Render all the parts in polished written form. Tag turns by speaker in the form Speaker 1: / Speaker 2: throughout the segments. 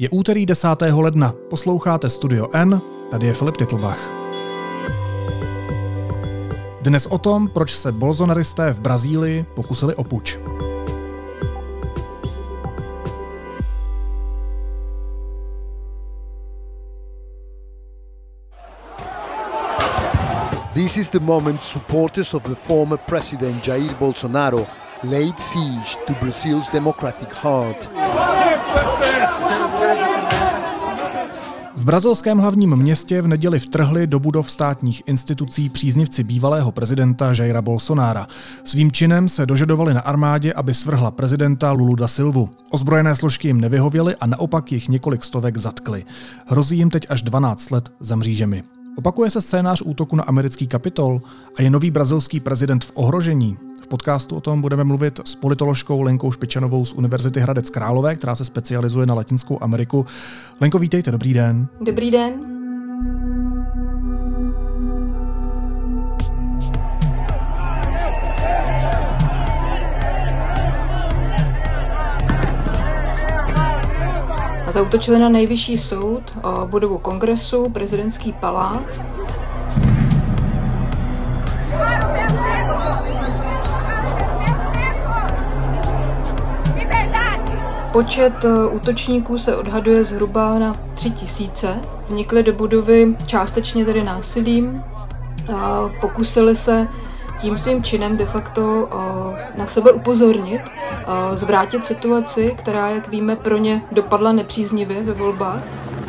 Speaker 1: Je úterý 10. ledna, posloucháte Studio N, tady je Filip Titlbach. Dnes o tom, proč se bolsonaristé v Brazílii pokusili o puč.
Speaker 2: This is the moment supporters of the former president Jair Bolsonaro laid siege to Brazil's democratic heart.
Speaker 1: V brazilském hlavním městě v neděli vtrhli do budov státních institucí příznivci bývalého prezidenta Jaira Bolsonára. Svým činem se dožadovali na armádě, aby svrhla prezidenta Lulu da Silvu. Ozbrojené složky jim nevyhověly a naopak jich několik stovek zatkli. Hrozí jim teď až 12 let za mřížemi. Opakuje se scénář útoku na americký Kapitol a je nový brazilský prezident v ohrožení? V podcastu o tom budeme mluvit s politoložkou Lenkou Špičanovou z Univerzity Hradec Králové, která se specializuje na Latinskou Ameriku. Lenko, vítejte, dobrý den.
Speaker 3: Dobrý den. Zaútočili na nejvyšší soud, budovu kongresu, prezidentský palác. Počet útočníků se odhaduje zhruba na 3000. Vnikli do budovy částečně tedy násilím. Pokusili se tím svým činem de facto na sebe upozornit, zvrátit situaci, která, jak víme, pro ně dopadla nepříznivě ve volbách.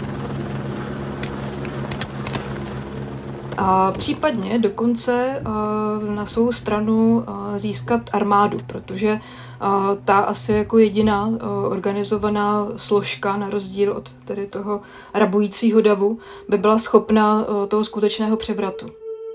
Speaker 3: A případně dokonce na svou stranu získat armádu, protože ta asi jako jediná organizovaná složka, na rozdíl od tedy toho rabujícího davu, by byla schopna toho skutečného převratu.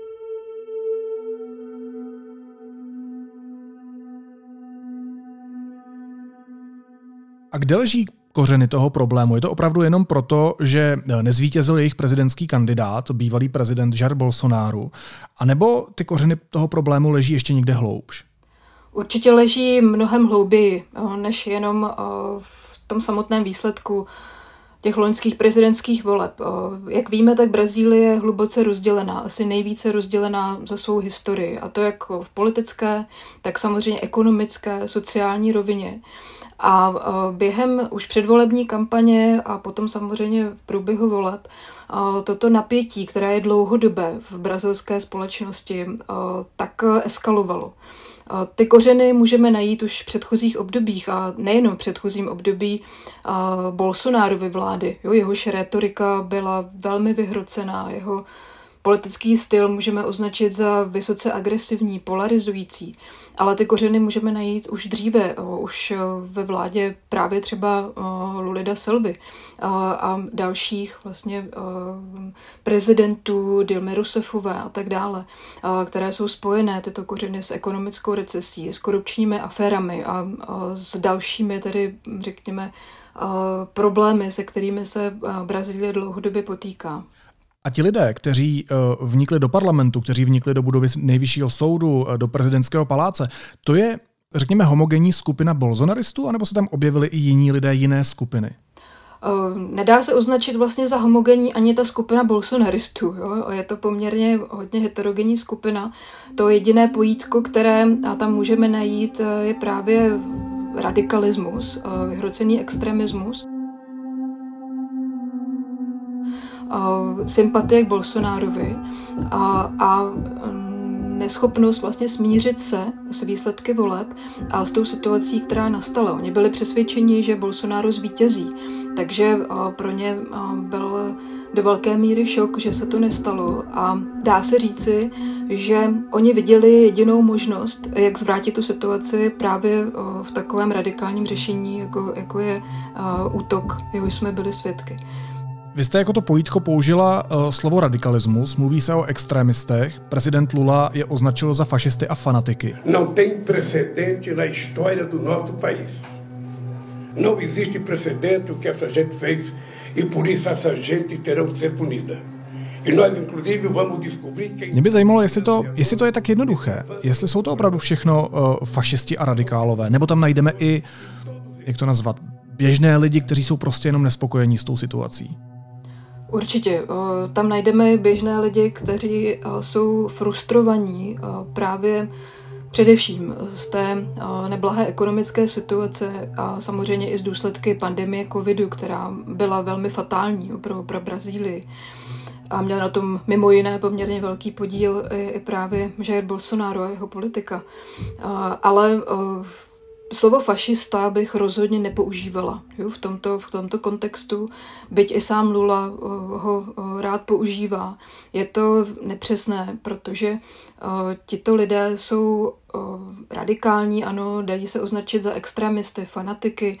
Speaker 1: A kde leží kořeny toho problému? Je to opravdu jenom proto, že nezvítězil jejich prezidentský kandidát, bývalý prezident Jair Bolsonaro, anebo ty kořeny toho problému leží ještě někde hloubš?
Speaker 3: Určitě leží mnohem hlouběji, než jenom v tom samotném výsledku těch loňských prezidentských voleb. Jak víme, tak Brazílie je hluboce rozdělená, asi nejvíce rozdělená za svou historii, a to jak v politické, tak samozřejmě ekonomické, sociální rovině. A během už předvolební kampaně a potom samozřejmě v průběhu voleb toto napětí, které je dlouhodobé v brazilské společnosti, tak eskalovalo. Ty kořeny můžeme najít už v předchozích obdobích a nejenom v předchozím období Bolsonárovy vlády. Jehož rétorika byla velmi vyhrocená, jeho politický styl můžeme označit za vysoce agresivní, polarizující, ale ty kořeny můžeme najít už dříve, už ve vládě právě třeba Luly da Silvy a dalších vlastně prezidentů, Dilmy Rousseffové a tak dále, které jsou spojené tyto kořeny s ekonomickou recesí, s korupčními aférami a s dalšími tedy, řekněme, problémy, se kterými se Brazílie dlouhodobě potýká.
Speaker 1: A ti lidé, kteří vnikli do parlamentu, kteří vnikli do budovy nejvyššího soudu, do prezidentského paláce, to je, řekněme, homogenní skupina bolsonaristů, anebo se tam objevili i jiní lidé, jiné skupiny?
Speaker 3: Nedá se označit vlastně za homogenní ani ta skupina bolsonaristů. Jo? Je to poměrně hodně heterogenní skupina. To jediné pojítko, které tam můžeme najít, je právě radikalismus, vyhrocený extremismus. Sympatie k Bolsonárovi a neschopnost vlastně smířit se s výsledky voleb a s tou situací, která nastala. Oni byli přesvědčeni, že Bolsonaro zvítězí, takže pro ně byl do velké míry šok, že se to nestalo, a dá se říci, že oni viděli jedinou možnost, jak zvrátit tu situaci právě v takovém radikálním řešení, jako je útok, jehož jsme byli svědky.
Speaker 1: Vy jste jako to pojítko použila slovo radikalismus, mluví se o extrémistech, prezident Lula je označil za fašisty a fanatiky.
Speaker 4: Não tem precedente na história do nosso país. Não existe precedente o que essa gente fez e por isso essa gente terá que ser punida. E nós inclusive vamos descobrir quem...
Speaker 1: Mě by zajímalo, jestli to je tak jednoduché, jestli jsou to opravdu všechno fašisti a radikálové, nebo tam najdeme i, jak to nazvat, běžné lidi, kteří jsou prostě jenom nespokojení s tou situací?
Speaker 3: Určitě. Tam najdeme běžné lidi, kteří jsou frustrovaní právě především z té neblahé ekonomické situace a samozřejmě i z důsledky pandemie covidu, která byla velmi fatální pro Brazílii. A měl na tom mimo jiné poměrně velký podíl i právě Jair Bolsonaro a jeho politika. Ale slovo fašista bych rozhodně nepoužívala v tomto kontextu, byť i sám Lula ho rád používá. Je to nepřesné, protože tito lidé jsou radikální, ano, dají se označit za extremisty, fanatiky,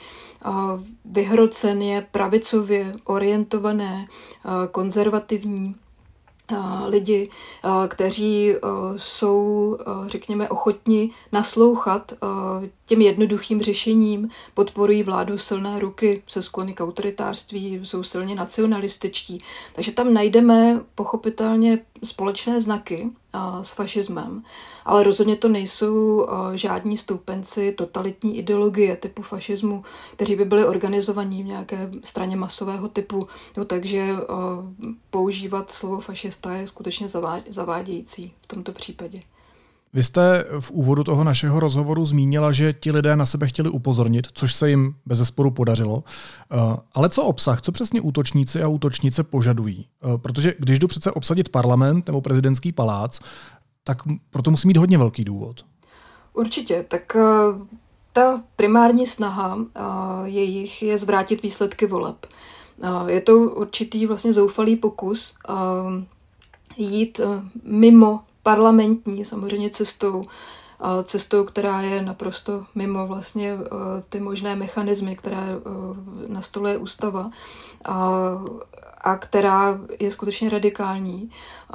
Speaker 3: vyhroceně, pravicově orientované, konzervativní lidi, kteří jsou, řekněme, ochotni naslouchat těm jednoduchým řešením, podporují vládu silné ruky, se sklony k autoritářství, jsou silně nacionalističtí. Takže tam najdeme pochopitelně společné znaky s fašismem, ale rozhodně to nejsou žádní stoupenci totalitní ideologie typu fašismu, kteří by byli organizovaní v nějaké straně masového typu. Takže používat slovo fašista je skutečně zavádějící v tomto případě.
Speaker 1: Vy jste v úvodu toho našeho rozhovoru zmínila, že ti lidé na sebe chtěli upozornit, což se jim bezesporu podařilo. Ale co obsah, co přesně útočníci a útočnice požadují? Protože když jdu přece obsadit parlament nebo prezidentský palác, tak proto musí mít hodně velký důvod.
Speaker 3: Určitě, tak ta primární snaha jejich je zvrátit výsledky voleb. Je to určitý vlastně zoufalý pokus jít mimo parlamentní samozřejmě cestou, která je naprosto mimo vlastně ty možné mechanismy, které nastoluje ústava a která je skutečně radikální.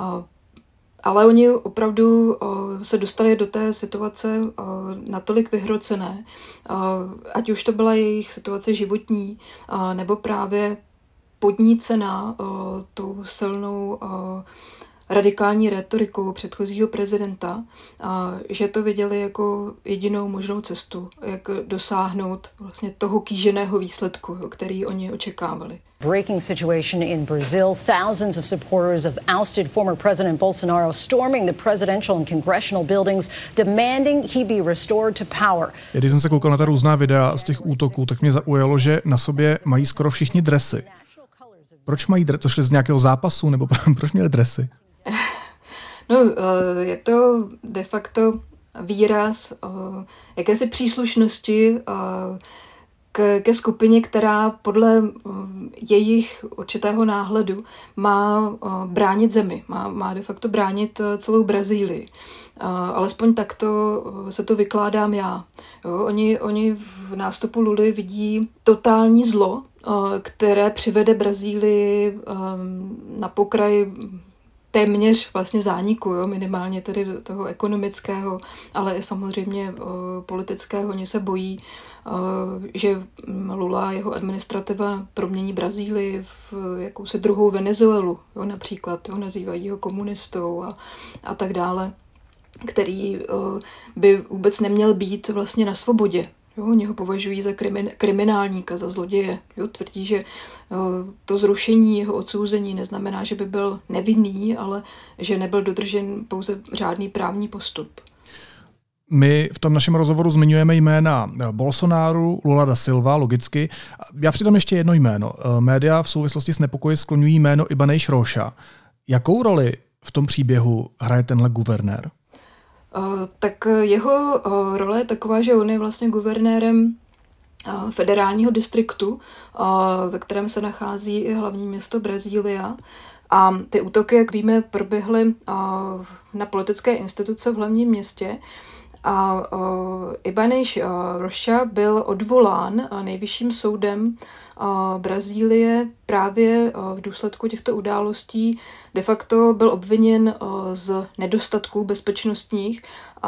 Speaker 3: Ale oni opravdu se dostali do té situace natolik vyhrocené, ať už to byla jejich situace životní, nebo právě podnícená tou silnou radikální rétorikou předchozího prezidenta, že to viděli jako jedinou možnou cestu, jak dosáhnout vlastně toho kýženého výsledku, který oni očekávali.
Speaker 5: Breaking situation in Brazil. Thousands of supporters of ousted former President Bolsonaro storming the presidential and congressional buildings, demanding he be restored to power.
Speaker 1: Když jsem se koukal na ta různá videa z těch útoků, tak mě zaujalo, že na sobě mají skoro všichni dresy. Proč mají dresy? To šli z nějakého zápasu, nebo proč měli dresy?
Speaker 3: No, je to de facto výraz jakési příslušnosti ke skupině, která podle jejich určitého náhledu má bránit zemi, má de facto bránit celou Brazílii. Alespoň takto se to vykládám já. Oni v nástupu Luly vidí totální zlo, které přivede Brazílii na pokraj téměř vlastně zániku, minimálně tedy toho ekonomického, ale i samozřejmě politického. Oni se bojí, že Lula a jeho administrativa promění Brazílii v jakousi druhou Venezuelu, například, nazývají ho komunistou a tak dále, který by vůbec neměl být vlastně na svobodě. Oni ho považují za kriminálníka, za zloděje. Tvrdí, že to zrušení jeho odsouzení neznamená, že by byl nevinný, ale že nebyl dodržen pouze řádný právní postup.
Speaker 1: My v tom našem rozhovoru zmiňujeme jména Bolsonaru, Lula da Silva, logicky. Já přidám ještě jedno jméno. Média v souvislosti s nepokoji skloňují jméno Ibanez Rocha. Jakou roli v tom příběhu hraje tenhle guvernér?
Speaker 3: Tak jeho role je taková, že on je vlastně guvernérem federálního distriktu, ve kterém se nachází i hlavní město Brazília. A ty útoky, jak víme, proběhly na politické instituce v hlavním městě. A Ibanez Rocha byl odvolán nejvyšším soudem Brazílie právě v důsledku těchto událostí. De facto byl obviněn z nedostatků bezpečnostních,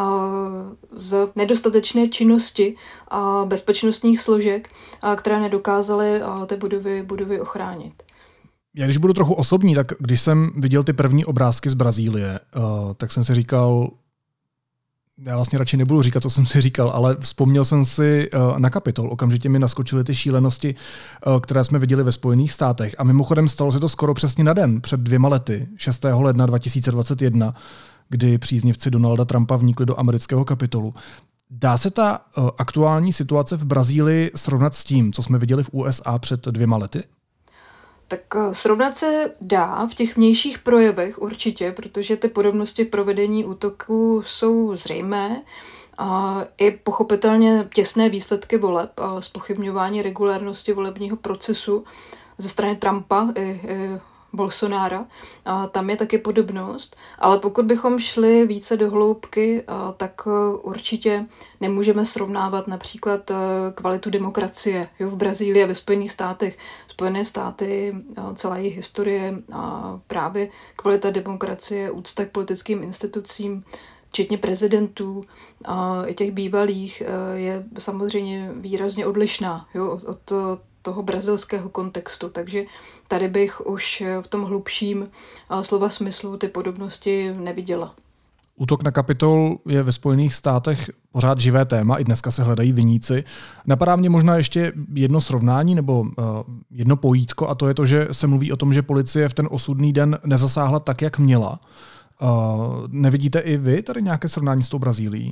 Speaker 3: z nedostatečné činnosti bezpečnostních složek, které nedokázaly ty budovy ochránit.
Speaker 1: Já když budu trochu osobní, tak když jsem viděl ty první obrázky z Brazílie, tak jsem si říkal, já vlastně radši nebudu říkat, co jsem si říkal, ale vzpomněl jsem si na Kapitol. Okamžitě mi naskočily ty šílenosti, které jsme viděli ve Spojených státech. A mimochodem stalo se to skoro přesně na den, před 2 lety, 6. ledna 2021, kdy příznivci Donalda Trumpa vnikli do amerického Kapitolu. Dá se ta aktuální situace v Brazílii srovnat s tím, co jsme viděli v USA před 2 lety?
Speaker 3: Tak srovnat se dá v těch vnějších projevech určitě, protože ty podobnosti provedení útoku jsou zřejmé. A i pochopitelně těsné výsledky voleb a zpochybňování regulérnosti volebního procesu ze strany Trumpa i Bolsonára. A tam je taky podobnost, ale pokud bychom šli více do hloubky, tak určitě nemůžeme srovnávat například kvalitu demokracie v Brazílii a ve Spojených státech. Spojené státy, celá jejich historie a právě kvalita demokracie, úcta k politickým institucím, včetně prezidentů i těch bývalých, je samozřejmě výrazně odlišná od toho brazilského kontextu, takže tady bych už v tom hlubším slova smyslu ty podobnosti neviděla.
Speaker 1: Útok na Kapitol je ve Spojených státech pořád živé téma, i dneska se hledají viníci. Napadá mě možná ještě jedno srovnání nebo jedno pojítko, a to je to, že se mluví o tom, že policie v ten osudný den nezasáhla tak, jak měla. Nevidíte i vy tady nějaké srovnání s tou Brazílií?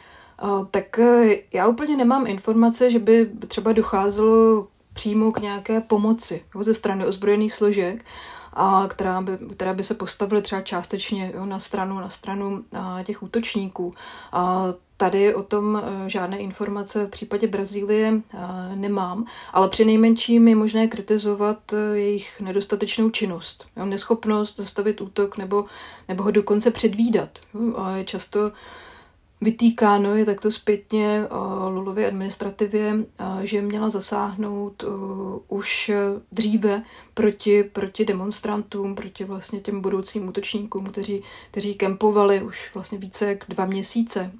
Speaker 3: Tak já úplně nemám informace, že by třeba docházelo přímo k nějaké pomoci ze strany ozbrojených složek, která by se postavily třeba částečně na stranu těch útočníků. Tady o tom žádné informace v případě Brazílie nemám, ale přinejmenším je možné kritizovat jejich nedostatečnou činnost, neschopnost zastavit útok nebo ho dokonce předvídat. Je často vytýkáno je takto zpětně Lulově administrativě, že měla zasáhnout už dříve proti demonstrantům, proti vlastně těm budoucím útočníkům, kteří kempovali už vlastně více jak 2 měsíce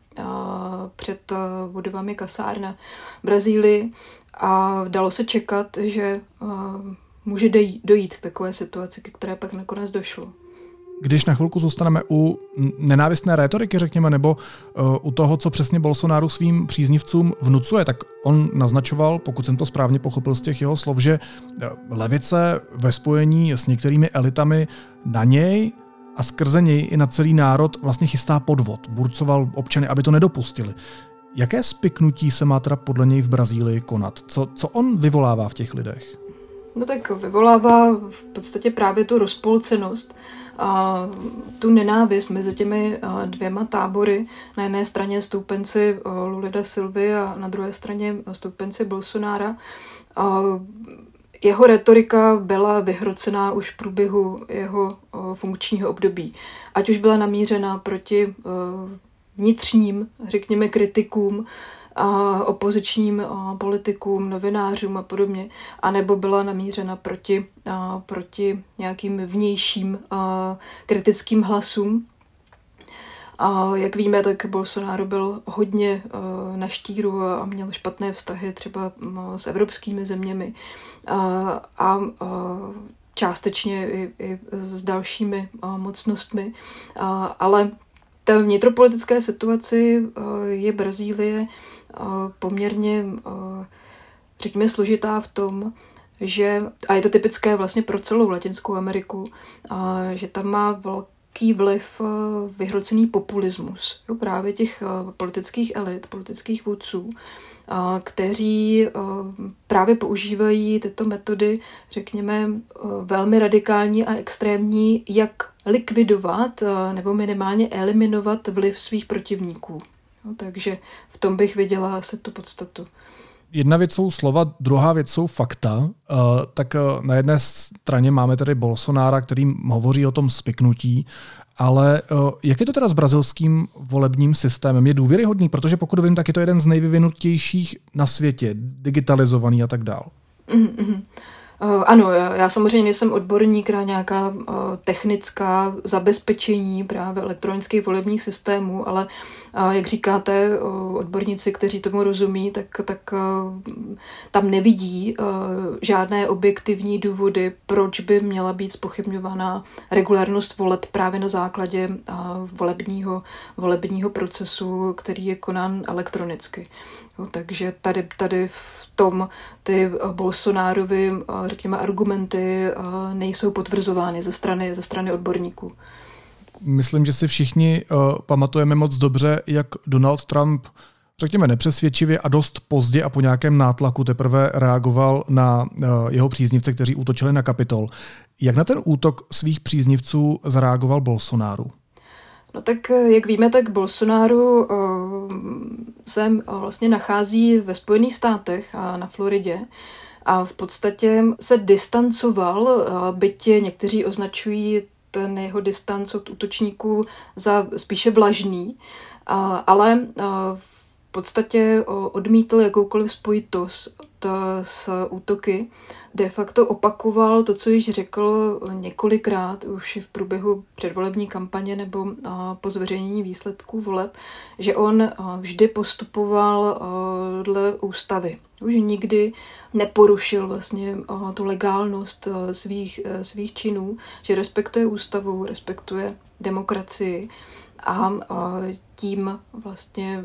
Speaker 3: před budovami kasárna v Brazílii, a dalo se čekat, že může dojít k takové situaci, ke které pak nakonec došlo.
Speaker 1: Když na chvilku zůstaneme u nenávistné rétoriky, řekněme, nebo u toho, co přesně Bolsonaro svým příznivcům vnucuje, tak on naznačoval, pokud jsem to správně pochopil z těch jeho slov, že levice ve spojení s některými elitami na něj a skrze něj i na celý národ vlastně chystá podvod. Burcoval občany, aby to nedopustili. Jaké spiknutí se má teda podle něj v Brazílii konat? Co on vyvolává v těch lidech?
Speaker 3: No tak vyvolává v podstatě právě tu rozpolcenost a tu nenávist mezi těmi 2 tábory. Na jedné straně stoupenci Lula da Silvy a na druhé straně stoupenci Bolsonára. Jeho retorika byla vyhrocená už v průběhu jeho funkčního období. Ať už byla namířena proti vnitřním, řekněme, kritikům, opozičním politikům, novinářům a podobně, anebo byla namířena proti nějakým vnějším kritickým hlasům. A jak víme, tak Bolsonaro byl hodně na štíru a měl špatné vztahy třeba s evropskými zeměmi a částečně i s dalšími mocnostmi, ale ta vnitropolitické situaci je Brazílie poměrně, řekněme, složitá v tom, že, a je to typické vlastně pro celou Latinskou Ameriku, že tam má velký vliv vyhrocený populismus. Právě těch politických elit, politických vůdců, kteří právě používají tyto metody, řekněme, velmi radikální a extrémní, jak likvidovat nebo minimálně eliminovat vliv svých protivníků. Takže v tom bych viděla asi tu podstatu.
Speaker 1: Jedna věc jsou slova, druhá věc jsou fakta. Tak na jedné straně máme tedy Bolsonára, který hovoří o tom spiknutí, ale jak je to teda s brazilským volebním systémem? Je důvěryhodný? Protože pokud vím, tak je to jeden z nejvyvinutějších na světě, digitalizovaný a tak dál.
Speaker 3: Ano, já samozřejmě nejsem odborník na nějaká technická zabezpečení právě elektronických volebních systémů, ale jak říkáte, odborníci, kteří tomu rozumí, tak tam nevidí žádné objektivní důvody, proč by měla být zpochybňovaná regulárnost voleb právě na základě volebního procesu, který je konán elektronicky. Takže tady v tom ty Bolsonárovy, řekněme, argumenty nejsou potvrzovány ze strany odborníků.
Speaker 1: Myslím, že si všichni pamatujeme moc dobře, jak Donald Trump, řekněme, nepřesvědčivě a dost pozdě a po nějakém nátlaku teprve reagoval na jeho příznivce, kteří útočili na Kapitol. Jak na ten útok svých příznivců zareagoval Bolsonaro?
Speaker 3: No tak, jak víme, tak Bolsonaro se vlastně nachází ve Spojených státech a na Floridě a v podstatě se distancoval, byť někteří označují ten jeho distanc od útočníků za spíše vlažný, ale v podstatě odmítl jakoukoliv spojitost s útoky. De facto opakoval to, co již řekl několikrát už v průběhu předvolební kampaně nebo po zveřejnění výsledků voleb, že on vždy postupoval dle ústavy. Už nikdy neporušil vlastně tu legálnost svých činů, že respektuje ústavu, respektuje demokracii a tím vlastně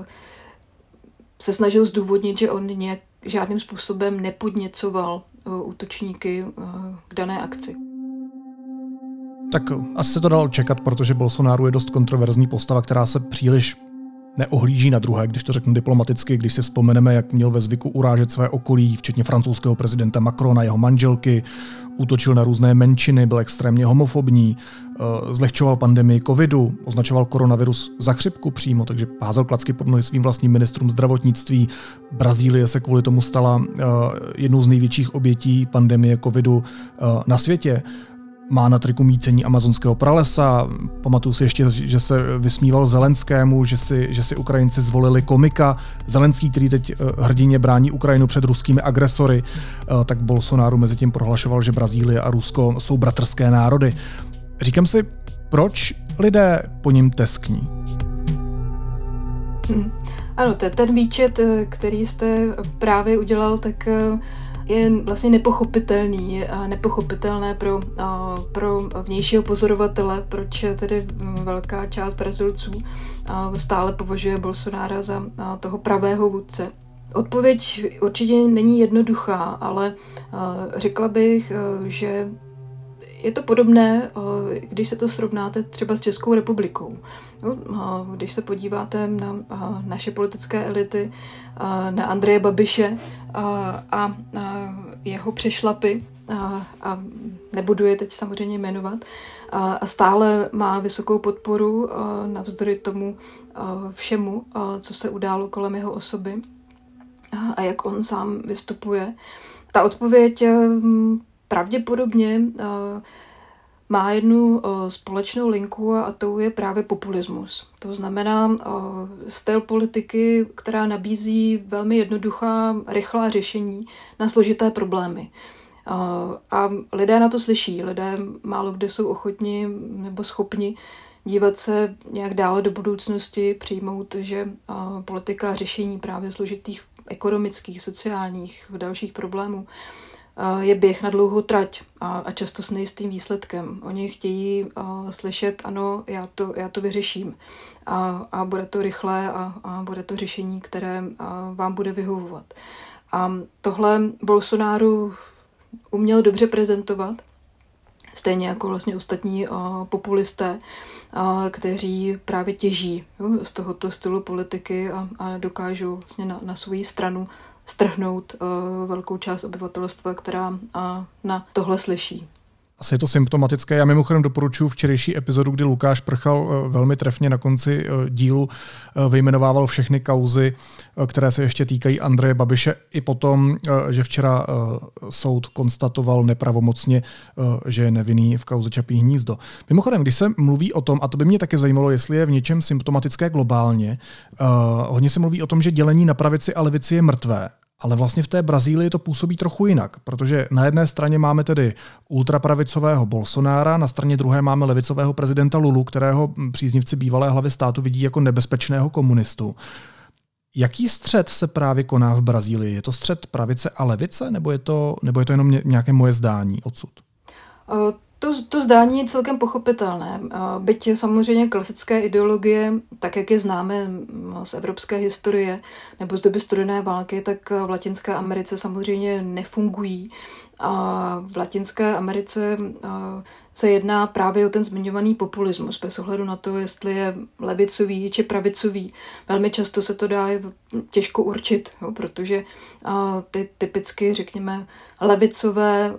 Speaker 3: se snažil zdůvodnit, že on žádným způsobem nepodněcoval útočníky k dané akci.
Speaker 1: Tak asi se to dalo čekat, protože Bolsonaro je dost kontroverzní postava, která se příliš neohlíží na druhé, když to řeknu diplomaticky, když si vzpomeneme, jak měl ve zvyku urážet své okolí, včetně francouzského prezidenta Macrona, jeho manželky, útočil na různé menšiny, byl extrémně homofobní, zlehčoval pandemii covidu, označoval koronavirus za chřipku přímo, takže házel klacky pod nohy svým vlastním ministrům zdravotnictví. Brazílie se kvůli tomu stala jednou z největších obětí pandemie covidu na světě. Má na triku mícení amazonského pralesa. Pamatuju si ještě, že se vysmíval Zelenskému, že si Ukrajinci zvolili komika. Zelenský, který teď hrdinně brání Ukrajinu před ruskými agresory, tak Bolsonaro mezi tím prohlašoval, že Brazílie a Rusko jsou bratrské národy. Říkám si, proč lidé po něm teskní?
Speaker 3: Ano, ten výčet, který jste právě udělal, tak je vlastně nepochopitelné pro vnějšího pozorovatele, proč tedy velká část Brazilců stále považuje Bolsonára za toho pravého vůdce. Odpověď určitě není jednoduchá, ale řekla bych, že je to podobné, když se to srovnáte třeba s Českou republikou. Když se podíváte na naše politické elity, na Andreje Babiše a jeho přešlapy, a nebudu je teď samozřejmě jmenovat, a stále má vysokou podporu navzdory tomu všemu, co se událo kolem jeho osoby a jak on sám vystupuje. Ta odpověď pravděpodobně má jednu společnou linku a to je právě populismus. To znamená styl politiky, která nabízí velmi jednoduchá, rychlá řešení na složité problémy. A lidé na to slyší. Lidé málo kde jsou ochotni nebo schopni dívat se nějak dále do budoucnosti, přijmout, že politika řešení právě složitých ekonomických, sociálních, dalších problémů je běh na dlouhou trať a často s nejistým výsledkem. Oni chtějí slyšet, ano, já to vyřeším a bude to rychlé a bude to řešení, které vám bude vyhovovat. A tohle Bolsonaro uměl dobře prezentovat, stejně jako vlastně ostatní populisté, kteří právě těží z tohoto stylu politiky a dokážou vlastně na svoji stranu strhnout velkou část obyvatelstva, která na tohle slyší.
Speaker 1: Asi je to symptomatické. Já mimochodem doporučuji včerejší epizodu, kdy Lukáš Prchal velmi trefně na konci dílu vyjmenovával všechny kauzy, které se ještě týkají Andreje Babiše, i potom, že včera soud konstatoval nepravomocně, že je nevinný v kauze Čapí hnízdo. Mimochodem, když se mluví o tom, a to by mě taky zajímalo, jestli je v něčem symptomatické globálně, hodně se mluví o tom, že dělení na pravici a levici je mrtvé. Ale vlastně v té Brazílii to působí trochu jinak, protože na jedné straně máme tedy ultrapravicového Bolsonára, na straně druhé máme levicového prezidenta Lulu, kterého příznivci bývalé hlavy státu vidí jako nebezpečného komunistu. Jaký střet se právě koná v Brazílii? Je to střet pravice a levice, nebo je to jenom nějaké moje zdání odsud?
Speaker 3: To zdání je celkem pochopitelné. Byť samozřejmě klasické ideologie, tak jak je známe z evropské historie nebo z doby studené války, tak v Latinské Americe samozřejmě nefungují. V Latinské Americe se jedná právě o ten zmiňovaný populismus, bez ohledu na to, jestli je levicový či pravicový. Velmi často se to dá těžko určit, protože ty typicky, řekněme, levicové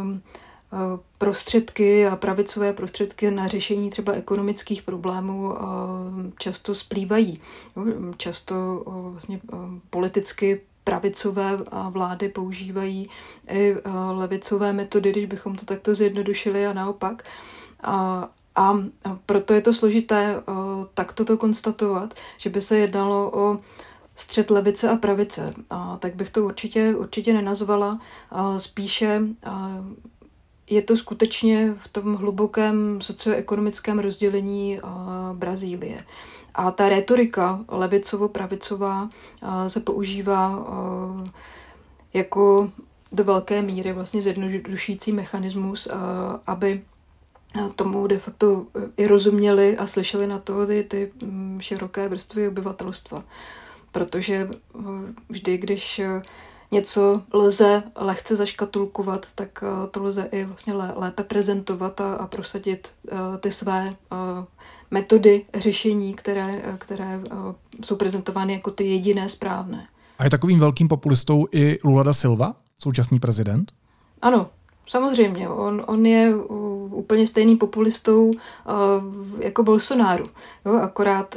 Speaker 3: prostředky a pravicové prostředky na řešení třeba ekonomických problémů často splývají. Často vlastně politicky pravicové vlády používají i levicové metody, když bychom to takto zjednodušili a naopak. A proto je to složité takto to konstatovat, že by se jednalo o střet levice a pravice. Tak bych to určitě nenazvala. Spíše je to skutečně v tom hlubokém socioekonomickém rozdělení Brazílie. A ta retorika levicovo-pravicová se používá jako do velké míry vlastně zjednodušující mechanismus, aby tomu de facto i rozuměli a slyšeli na to ty široké vrstvy obyvatelstva. Protože vždy, když něco lze lehce zaškatulkovat, tak to lze i vlastně lépe prezentovat a prosadit ty své metody řešení, které jsou prezentovány jako ty jediné správné.
Speaker 1: A je takovým velkým populistou i Lula da Silva, současný prezident?
Speaker 3: Ano, samozřejmě. On je úplně stejným populistou jako Bolsonaro. Jo, akorát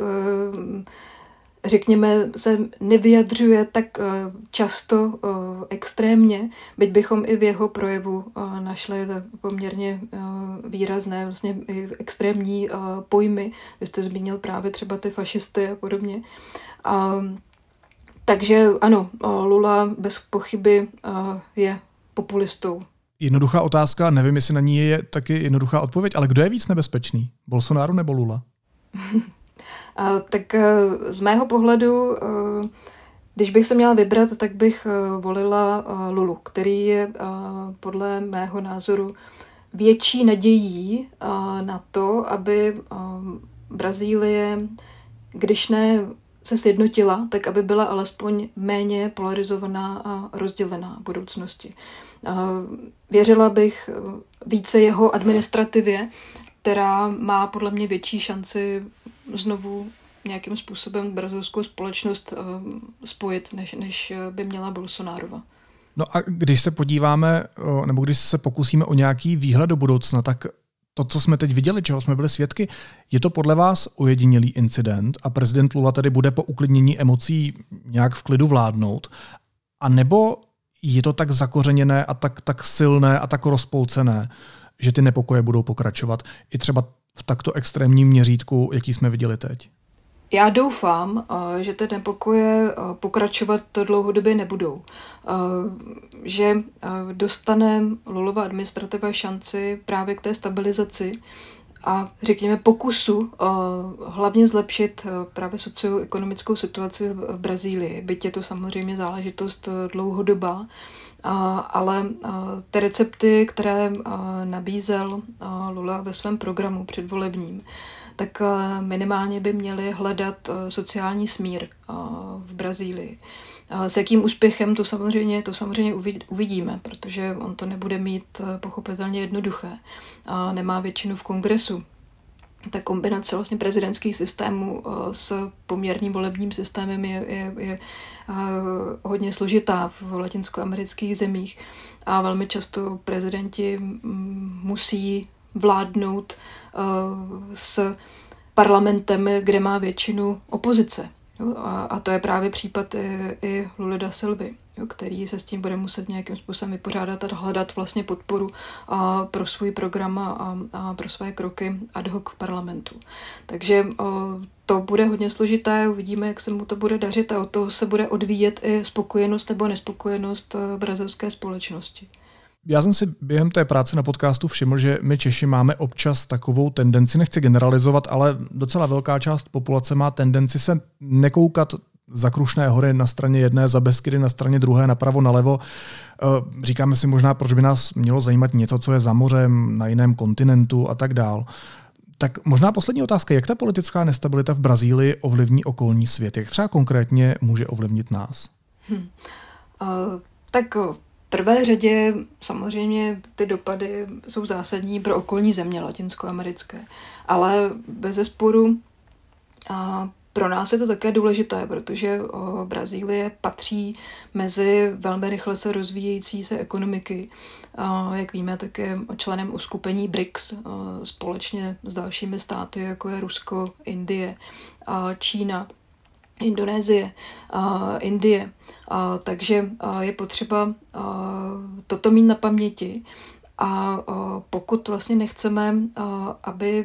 Speaker 3: řekněme, se nevyjadřuje tak často extrémně, byť bychom i v jeho projevu našli poměrně výrazné, vlastně i extrémní pojmy. Vy jste zmínil právě třeba ty fašisty a podobně. Takže ano, Lula bez pochyby je populistou.
Speaker 1: Jednoduchá otázka, nevím, jestli na ní je taky jednoduchá odpověď, ale kdo je víc nebezpečný? Bolsonaro nebo Lula?
Speaker 3: Tak z mého pohledu, když bych se měla vybrat, tak bych volila Lulu, který je podle mého názoru větší nadějí na to, aby Brazílie, když ne se sjednotila, tak aby byla alespoň méně polarizovaná a rozdělená v budoucnosti. Věřila bych více jeho administrativě, která má podle mě větší šanci znovu nějakým způsobem brazilskou společnost spojit, než by měla Bolsonárova.
Speaker 1: No a když se podíváme, nebo když se pokusíme o nějaký výhled do budoucna, tak to, co jsme teď viděli, čeho jsme byli svědky, je to podle vás ojedinělý incident a prezident Lula tedy bude po uklidnění emocí nějak v klidu vládnout? A nebo je to tak zakořeněné a tak silné a tak rozpolcené, že ty nepokoje budou pokračovat i třeba v takto extrémním měřítku, jaký jsme viděli teď?
Speaker 3: Já doufám, že ty nepokoje pokračovat dlouhodobě nebudou. Že dostane Lulova administrativa šanci právě k té stabilizaci a řekněme pokusu hlavně zlepšit právě socioekonomickou situaci v Brazílii. Byť je to samozřejmě záležitost dlouhodobá, ale ty recepty, které nabízel Lula ve svém programu předvolebním, tak minimálně by měli hledat sociální smír v Brazílii. S jakým úspěchem to samozřejmě uvidíme, protože on to nebude mít pochopitelně jednoduché. Nemá většinu v kongresu. Ta kombinace vlastně prezidentských systémů s poměrným volebním systémem je hodně složitá v latinskoamerických zemích a velmi často prezidenti musí vládnout s parlamentem, kde má většinu opozice. A to je právě případ i Lula da Silvy. který se s tím bude muset nějakým způsobem vypořádat a hledat vlastně podporu pro svůj program a pro své kroky ad hoc v parlamentu. Takže to bude hodně složité, uvidíme, jak se mu to bude dařit a o to se bude odvíjet i spokojenost nebo nespokojenost brazilské společnosti.
Speaker 1: Já jsem si během té práce na podcastu všiml, že my Češi máme občas takovou tendenci, nechci generalizovat, ale docela velká část populace má tendenci se nekoukat za Krušné hory na straně jedné, za Beskydy na straně druhé, napravo, nalevo. Říkáme si možná, proč by nás mělo zajímat něco, co je za mořem, na jiném kontinentu a tak dál. Tak možná poslední otázka, jak ta politická nestabilita v Brazílii ovlivní okolní svět? Jak třeba konkrétně může ovlivnit nás?
Speaker 3: Tak v prvé řadě samozřejmě ty dopady jsou zásadní pro okolní země latinskoamerické, ale bezesporu pro nás je to také důležité, protože Brazílie patří mezi velmi rychle se rozvíjející se ekonomiky. Jak víme, tak je členem uskupení BRICS společně s dalšími státy, jako je Rusko, Indie, Čína, Indonésie, Indie. Takže je potřeba toto mít na paměti. A pokud vlastně nechceme, aby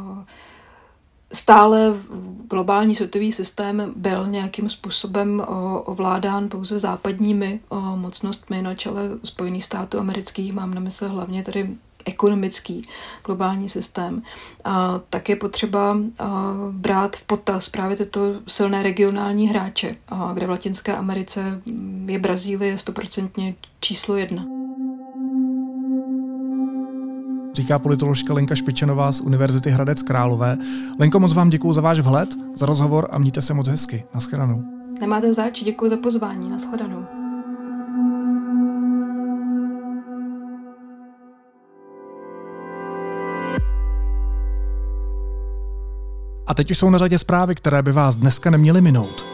Speaker 3: stále globální světový systém byl nějakým způsobem ovládán pouze západními mocnostmi na čele Spojených států amerických, mám na mysli hlavně tedy ekonomický globální systém, tak je potřeba brát v potaz právě tyto silné regionální hráče, kde v Latinské Americe je Brazílie 100% číslo 1.
Speaker 1: Říká politoložka Lenka Špičanová z Univerzity Hradec Králové. Lenko, moc vám děkuju za váš vhled, za rozhovor a mějte se moc hezky. Naschledanou.
Speaker 3: Nemáte zač, děkuju za pozvání. Naschledanou.
Speaker 1: A teď už jsou na řadě zprávy, které by vás dneska neměly minout.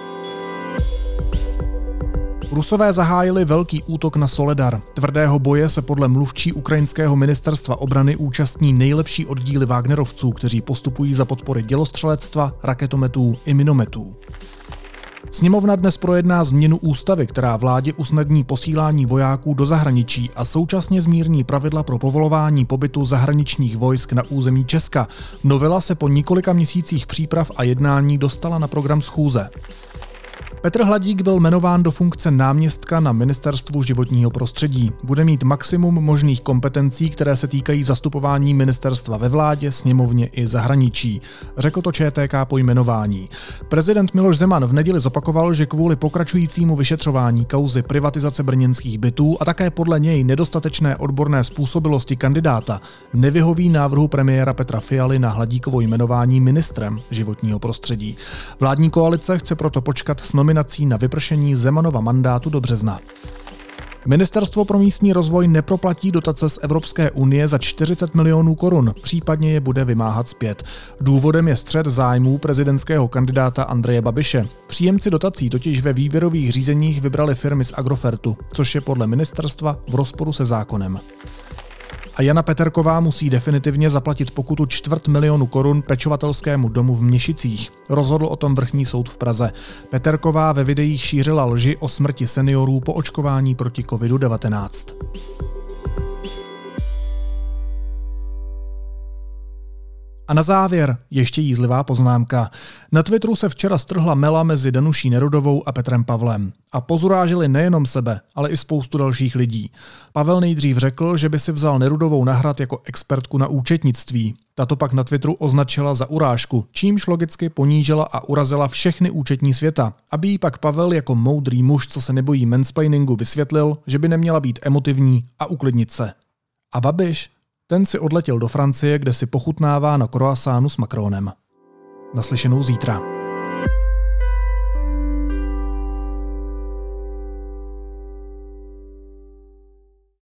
Speaker 1: Rusové zahájili velký útok na Soledar. Tvrdého boje se podle mluvčí ukrajinského ministerstva obrany účastní nejlepší oddíly Wagnerovců, kteří postupují za podpory dělostřelectva, raketometů i minometů. Sněmovna dnes projedná změnu ústavy, která vládě usnadní posílání vojáků do zahraničí a současně zmírní pravidla pro povolování pobytu zahraničních vojsk na území Česka. Novela se po několika měsících příprav a jednání dostala na program schůze. Petr Hladík byl jmenován do funkce náměstka na Ministerstvu životního prostředí. Bude mít maximum možných kompetencí, které se týkají zastupování ministerstva ve vládě, sněmovně i zahraničí. Řekl to ČTK po jmenování. Prezident Miloš Zeman v neděli zopakoval, že kvůli pokračujícímu vyšetřování kauzy privatizace brněnských bytů a také podle něj nedostatečné odborné způsobilosti kandidáta nevyhoví návrhu premiéra Petra Fialy na Hladíkovo jmenování ministrem životního prostředí. Vládní koalice chce proto počkat s nominací na vypršení Zemanova mandátu do března. Ministerstvo pro místní rozvoj neproplatí dotace z Evropské unie za 40 milionů korun, případně je bude vymáhat zpět. Důvodem je střet zájmů prezidentského kandidáta Andreje Babiše. Příjemci dotací totiž ve výběrových řízeních vybrali firmy z Agrofertu, což je podle ministerstva v rozporu se zákonem. A Jana Peterková musí definitivně zaplatit pokutu 250 000 korun pečovatelskému domu v Měšicích. Rozhodl o tom vrchní soud v Praze. Peterková ve videích šířila lži o smrti seniorů po očkování proti COVID-19. A na závěr ještě jízlivá poznámka. Na Twitteru se včera strhla mela mezi Danuší Nerudovou a Petrem Pavlem. A pozurážili nejenom sebe, ale i spoustu dalších lidí. Pavel nejdřív řekl, že by si vzal Nerudovou na hrad jako expertku na účetnictví. Tato pak na Twitteru označila za urážku, čímž logicky ponížila a urazila všechny účetní světa. Aby jí pak Pavel jako moudrý muž, co se nebojí mansplainingu, vysvětlil, že by neměla být emotivní a uklidnit se. A Babiš? Ten si odletěl do Francie, kde si pochutnává na croissantu s Macronem. Naslyšenou zítra.